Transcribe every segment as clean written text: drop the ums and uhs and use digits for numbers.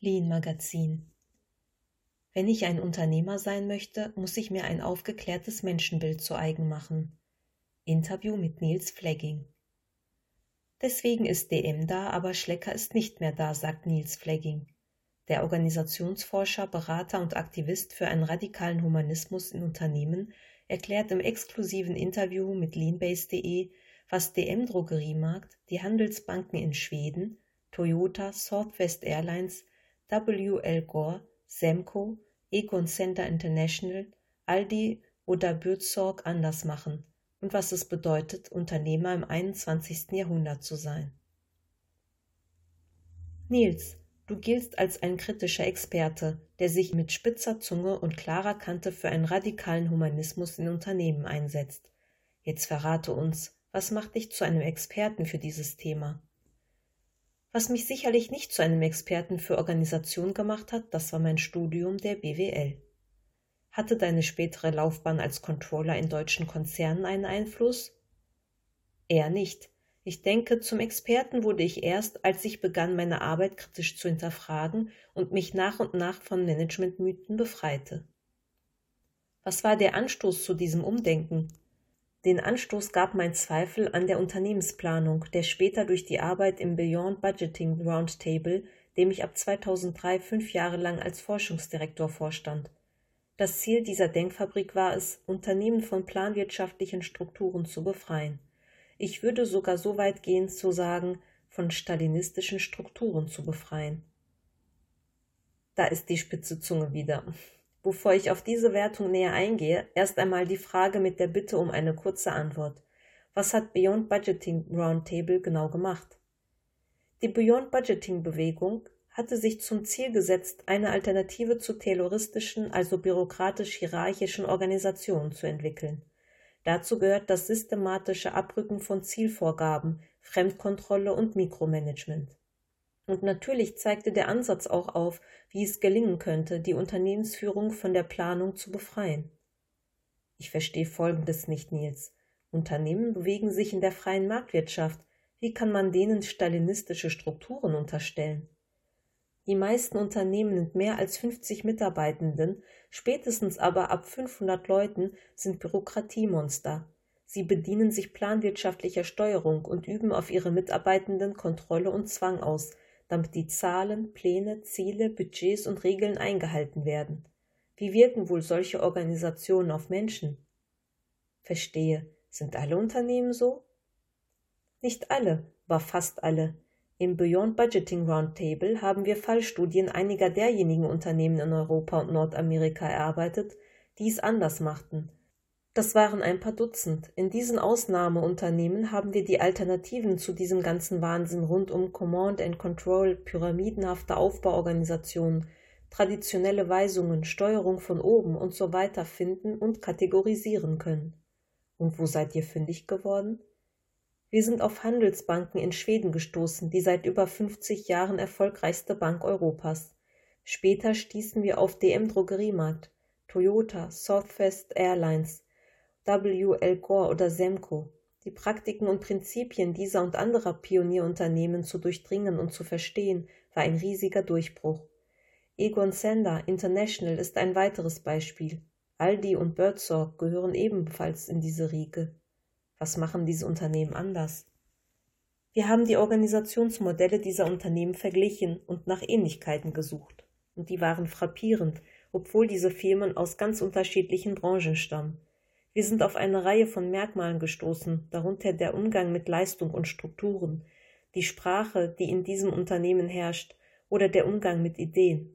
Wien Magazin. Wenn ich ein Unternehmer sein möchte, muss ich mir ein aufgeklärtes Menschenbild zu eigen machen. Interview mit Nils Flegging. Deswegen ist DM da, aber Schlecker ist nicht mehr da, sagt Nils Flegging. Der Organisationsforscher, Berater und Aktivist für einen radikalen Humanismus in Unternehmen erklärt im exklusiven Interview mit leanbase.de, was DM Drogeriemarkt, die Handelsbanken in Schweden, Toyota, Southwest Airlines, W.L. Gore, Semco, Egon Center International, Aldi oder Buurtzorg anders machen und was es bedeutet, Unternehmer im 21. Jahrhundert zu sein. Nils, du giltst als ein kritischer Experte, der sich mit spitzer Zunge und klarer Kante für einen radikalen Humanismus in Unternehmen einsetzt. Jetzt verrate uns, was macht dich zu einem Experten für dieses Thema? Was mich sicherlich nicht zu einem Experten für Organisation gemacht hat, das war mein Studium der BWL. Hatte deine spätere Laufbahn als Controller in deutschen Konzernen einen Einfluss? Eher nicht. Ich denke, zum Experten wurde ich erst, als ich begann, meine Arbeit kritisch zu hinterfragen und mich nach und nach von Managementmythen befreite. Was war der Anstoß zu diesem Umdenken? Den Anstoß gab mein Zweifel an der Unternehmensplanung, der später durch die Arbeit im Beyond Budgeting Roundtable, dem ich ab 2003 5 Jahre lang als Forschungsdirektor vorstand. Das Ziel dieser Denkfabrik war es, Unternehmen von planwirtschaftlichen Strukturen zu befreien. Ich würde sogar so weit gehen zu sagen, von stalinistischen Strukturen zu befreien. Da ist die spitze Zunge wieder. Bevor ich auf diese Wertung näher eingehe, erst einmal die Frage mit der Bitte um eine kurze Antwort. Was hat Beyond Budgeting Roundtable genau gemacht? Die Beyond Budgeting Bewegung hatte sich zum Ziel gesetzt, eine Alternative zu tayloristischen, also bürokratisch-hierarchischen Organisationen zu entwickeln. Dazu gehört das systematische Abrücken von Zielvorgaben, Fremdkontrolle und Mikromanagement. Und natürlich zeigte der Ansatz auch auf, wie es gelingen könnte, die Unternehmensführung von der Planung zu befreien. Ich verstehe Folgendes nicht, Nils. Unternehmen bewegen sich in der freien Marktwirtschaft. Wie kann man denen stalinistische Strukturen unterstellen? Die meisten Unternehmen mit mehr als 50 Mitarbeitenden, spätestens aber ab 500 Leuten, sind Bürokratiemonster. Sie bedienen sich planwirtschaftlicher Steuerung und üben auf ihre Mitarbeitenden Kontrolle und Zwang aus, damit die Zahlen, Pläne, Ziele, Budgets und Regeln eingehalten werden. Wie wirken wohl solche Organisationen auf Menschen? Verstehe. Sind alle Unternehmen so? Nicht alle, aber fast alle. Im Beyond Budgeting Roundtable haben wir Fallstudien einiger derjenigen Unternehmen in Europa und Nordamerika erarbeitet, die es anders machten. Das waren ein paar Dutzend. In diesen Ausnahmeunternehmen haben wir die Alternativen zu diesem ganzen Wahnsinn rund um Command and Control, pyramidenhafte Aufbauorganisationen, traditionelle Weisungen, Steuerung von oben und so weiter finden und kategorisieren können. Und wo seid ihr fündig geworden? Wir sind auf Handelsbanken in Schweden gestoßen, die seit über 50 Jahren erfolgreichste Bank Europas. Später stießen wir auf DM Drogeriemarkt, Toyota, Southwest Airlines, W.L. Gore oder Semco. Die Praktiken und Prinzipien dieser und anderer Pionierunternehmen zu durchdringen und zu verstehen, war ein riesiger Durchbruch. Egon Center International ist ein weiteres Beispiel. Aldi und Buurtzorg gehören ebenfalls in diese Riege. Was machen diese Unternehmen anders? Wir haben die Organisationsmodelle dieser Unternehmen verglichen und nach Ähnlichkeiten gesucht. Und die waren frappierend, obwohl diese Firmen aus ganz unterschiedlichen Branchen stammen. Wir sind auf eine Reihe von Merkmalen gestoßen, darunter der Umgang mit Leistung und Strukturen, die Sprache, die in diesem Unternehmen herrscht, oder der Umgang mit Ideen.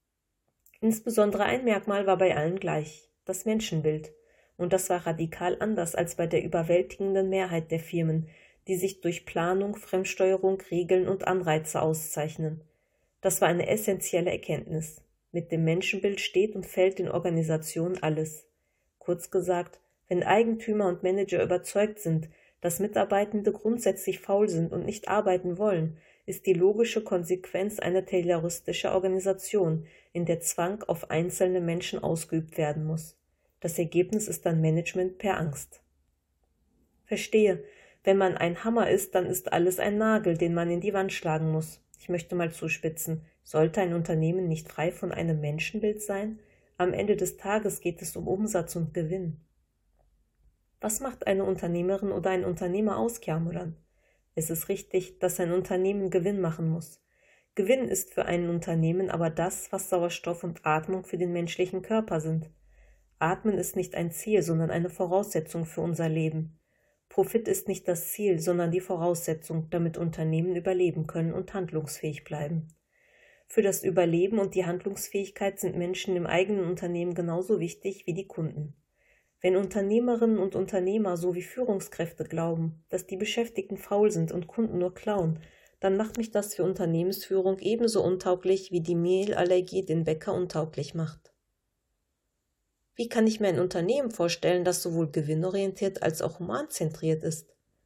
Insbesondere ein Merkmal war bei allen gleich, das Menschenbild. Und das war radikal anders als bei der überwältigenden Mehrheit der Firmen, die sich durch Planung, Fremdsteuerung, Regeln und Anreize auszeichnen. Das war eine essentielle Erkenntnis. Mit dem Menschenbild steht und fällt in Organisationen alles. Kurz gesagt, wenn Eigentümer und Manager überzeugt sind, dass Mitarbeitende grundsätzlich faul sind und nicht arbeiten wollen, ist die logische Konsequenz eine tayloristische Organisation, in der Zwang auf einzelne Menschen ausgeübt werden muss. Das Ergebnis ist dann Management per Angst. Verstehe, wenn man ein Hammer ist, dann ist alles ein Nagel, den man in die Wand schlagen muss. Ich möchte mal zuspitzen, sollte ein Unternehmen nicht frei von einem Menschenbild sein? Am Ende des Tages geht es um Umsatz und Gewinn. Was macht eine Unternehmerin oder ein Unternehmer aus, Kjamulan? Es ist richtig, dass ein Unternehmen Gewinn machen muss. Gewinn ist für ein Unternehmen aber das, was Sauerstoff und Atmung für den menschlichen Körper sind. Atmen ist nicht ein Ziel, sondern eine Voraussetzung für unser Leben. Profit ist nicht das Ziel, sondern die Voraussetzung, damit Unternehmen überleben können und handlungsfähig bleiben. Für das Überleben und die Handlungsfähigkeit sind Menschen im eigenen Unternehmen genauso wichtig wie die Kunden. Wenn Unternehmerinnen und Unternehmer sowie Führungskräfte glauben, dass die Beschäftigten faul sind und Kunden nur klauen, dann macht mich das für Unternehmensführung ebenso untauglich, wie die Mehlallergie den Bäcker untauglich macht. Wie kann ich mir ein Unternehmen vorstellen, das sowohl gewinnorientiert als auch humanzentriert ist?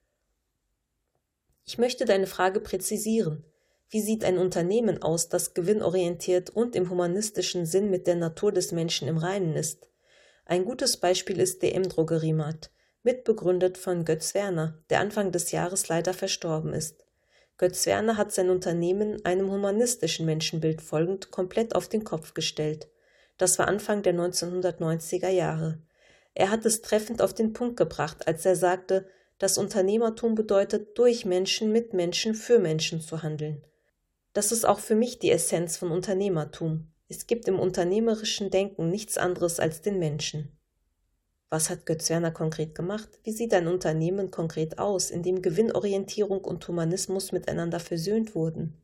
Ich möchte deine Frage präzisieren. Wie sieht ein Unternehmen aus, das gewinnorientiert und im humanistischen Sinn mit der Natur des Menschen im Reinen ist? Ein gutes Beispiel ist DM Drogeriemarkt, mitbegründet von Götz Werner, der Anfang des Jahres leider verstorben ist. Götz Werner hat sein Unternehmen einem humanistischen Menschenbild folgend komplett auf den Kopf gestellt. Das war Anfang der 1990er Jahre. Er hat es treffend auf den Punkt gebracht, als er sagte, das Unternehmertum bedeutet, durch Menschen, mit Menschen, für Menschen zu handeln. Das ist auch für mich die Essenz von Unternehmertum. Es gibt im unternehmerischen Denken nichts anderes als den Menschen. Was hat Götz Werner konkret gemacht? Wie sieht ein Unternehmen konkret aus, in dem Gewinnorientierung und Humanismus miteinander versöhnt wurden?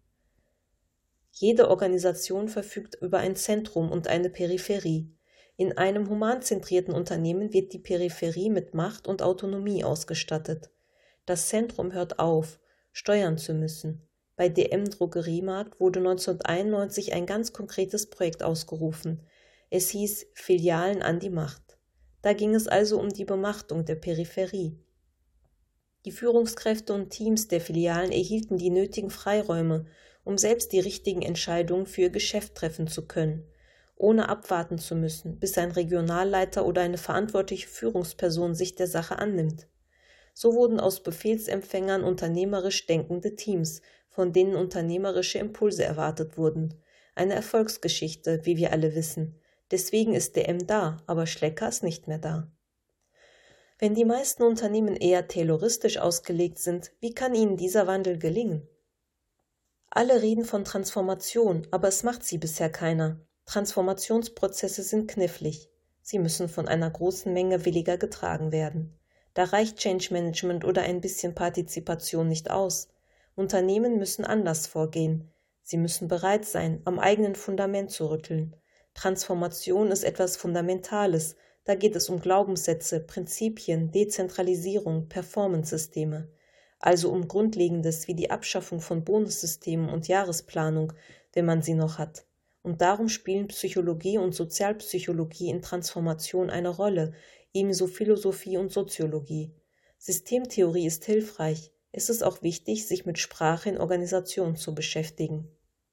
Jede Organisation verfügt über ein Zentrum und eine Peripherie. In einem humanzentrierten Unternehmen wird die Peripherie mit Macht und Autonomie ausgestattet. Das Zentrum hört auf, steuern zu müssen. Bei DM Drogeriemarkt wurde 1991 ein ganz konkretes Projekt ausgerufen. Es hieß Filialen an die Macht. Da ging es also um die Bemachtung der Peripherie. Die Führungskräfte und Teams der Filialen erhielten die nötigen Freiräume, um selbst die richtigen Entscheidungen für ihr Geschäft treffen zu können, ohne abwarten zu müssen, bis ein Regionalleiter oder eine verantwortliche Führungsperson sich der Sache annimmt. So wurden aus Befehlsempfängern unternehmerisch denkende Teams, von denen unternehmerische Impulse erwartet wurden. Eine Erfolgsgeschichte, wie wir alle wissen. Deswegen ist DM da, aber Schlecker ist nicht mehr da. Wenn die meisten Unternehmen eher tayloristisch ausgelegt sind, wie kann ihnen dieser Wandel gelingen? Alle reden von Transformation, aber es macht sie bisher keiner. Transformationsprozesse sind knifflig. Sie müssen von einer großen Menge Williger getragen werden. Da reicht Change Management oder ein bisschen Partizipation nicht aus. Unternehmen müssen anders vorgehen. Sie müssen bereit sein, am eigenen Fundament zu rütteln. Transformation ist etwas Fundamentales. Da geht es um Glaubenssätze, Prinzipien, Dezentralisierung, Performance-Systeme. Also um Grundlegendes wie die Abschaffung von Bonussystemen und Jahresplanung, wenn man sie noch hat. Und darum spielen Psychologie und Sozialpsychologie in Transformation eine Rolle, ebenso Philosophie und Soziologie. Systemtheorie ist hilfreich. Es ist auch wichtig, sich mit Sprache in Organisationen zu beschäftigen.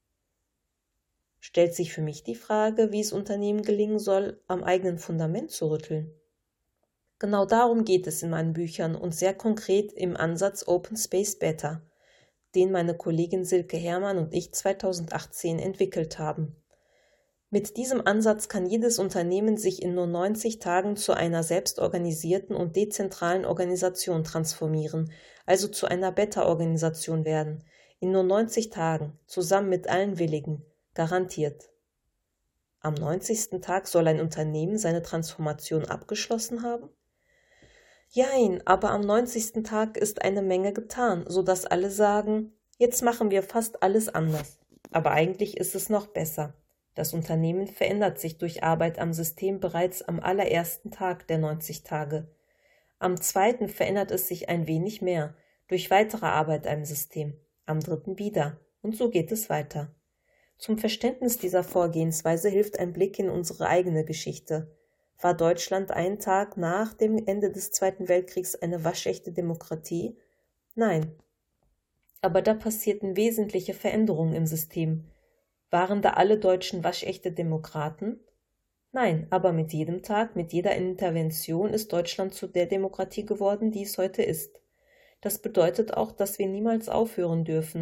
Stellt sich für mich die Frage, wie es Unternehmen gelingen soll, am eigenen Fundament zu rütteln. Genau darum geht es in meinen Büchern und sehr konkret im Ansatz Open Space Better, den meine Kollegin Silke Herrmann und ich 2018 entwickelt haben. Mit diesem Ansatz kann jedes Unternehmen sich in nur 90 Tagen zu einer selbstorganisierten und dezentralen Organisation transformieren, also zu einer Beta-Organisation werden, in nur 90 Tagen, zusammen mit allen Willigen, garantiert. Am 90. Tag soll ein Unternehmen seine Transformation abgeschlossen haben? Jein, aber am 90. Tag ist eine Menge getan, sodass alle sagen, jetzt machen wir fast alles anders. Aber eigentlich ist es noch besser. Das Unternehmen verändert sich durch Arbeit am System bereits am allerersten Tag der 90 Tage. Am zweiten verändert es sich ein wenig mehr, durch weitere Arbeit am System, am dritten wieder, und so geht es weiter. Zum Verständnis dieser Vorgehensweise hilft ein Blick in unsere eigene Geschichte. War Deutschland einen Tag nach dem Ende des Zweiten Weltkriegs eine waschechte Demokratie? Nein. Aber da passierten wesentliche Veränderungen im System. Waren da alle Deutschen waschechte Demokraten? Nein, aber mit jedem Tag, mit jeder Intervention ist Deutschland zu der Demokratie geworden, die es heute ist. Das bedeutet auch, dass wir niemals aufhören dürfen,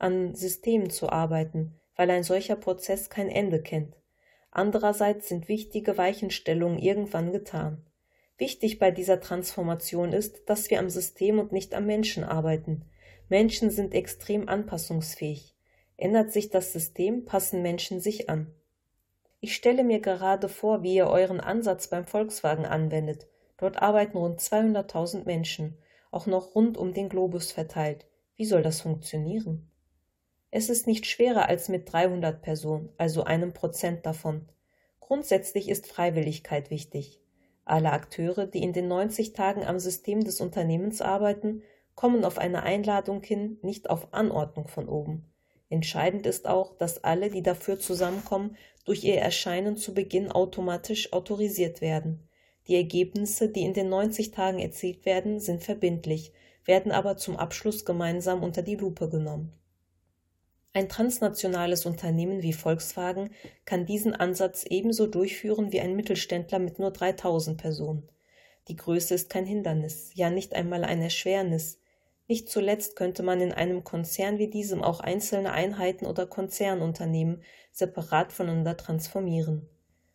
an Systemen zu arbeiten, weil ein solcher Prozess kein Ende kennt. Andererseits sind wichtige Weichenstellungen irgendwann getan. Wichtig bei dieser Transformation ist, dass wir am System und nicht am Menschen arbeiten. Menschen sind extrem anpassungsfähig. Ändert sich das System, passen Menschen sich an. Ich stelle mir gerade vor, wie ihr euren Ansatz beim Volkswagen anwendet. Dort arbeiten rund 200.000 Menschen, auch noch rund um den Globus verteilt. Wie soll das funktionieren? Es ist nicht schwerer als mit 300 Personen, also 1% davon. Grundsätzlich ist Freiwilligkeit wichtig. Alle Akteure, die in den 90 Tagen am System des Unternehmens arbeiten, kommen auf eine Einladung hin, nicht auf Anordnung von oben. Entscheidend ist auch, dass alle, die dafür zusammenkommen, durch ihr Erscheinen zu Beginn automatisch autorisiert werden. Die Ergebnisse, die in den 90 Tagen erzielt werden, sind verbindlich, werden aber zum Abschluss gemeinsam unter die Lupe genommen. Ein transnationales Unternehmen wie Volkswagen kann diesen Ansatz ebenso durchführen wie ein Mittelständler mit nur 3.000 Personen. Die Größe ist kein Hindernis, ja nicht einmal ein Erschwernis. Nicht zuletzt könnte man in einem Konzern wie diesem auch einzelne Einheiten oder Konzernunternehmen separat voneinander transformieren.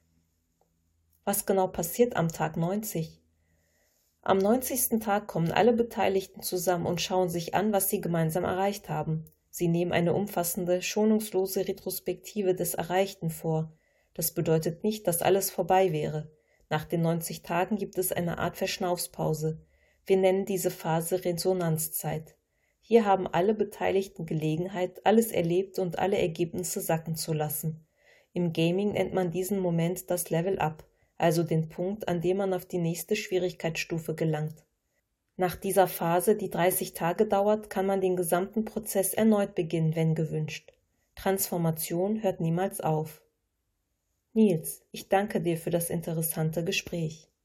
Was genau passiert am Tag 90? Am 90. Tag kommen alle Beteiligten zusammen und schauen sich an, was sie gemeinsam erreicht haben. Sie nehmen eine umfassende, schonungslose Retrospektive des Erreichten vor. Das bedeutet nicht, dass alles vorbei wäre. Nach den 90 Tagen gibt es eine Art Verschnaufspause. Wir nennen diese Phase Resonanzzeit. Hier haben alle Beteiligten Gelegenheit, alles Erlebte und alle Ergebnisse sacken zu lassen. Im Gaming nennt man diesen Moment das Level Up, also den Punkt, an dem man auf die nächste Schwierigkeitsstufe gelangt. Nach dieser Phase, die 30 Tage dauert, kann man den gesamten Prozess erneut beginnen, wenn gewünscht. Transformation hört niemals auf. Nils, ich danke dir für das interessante Gespräch.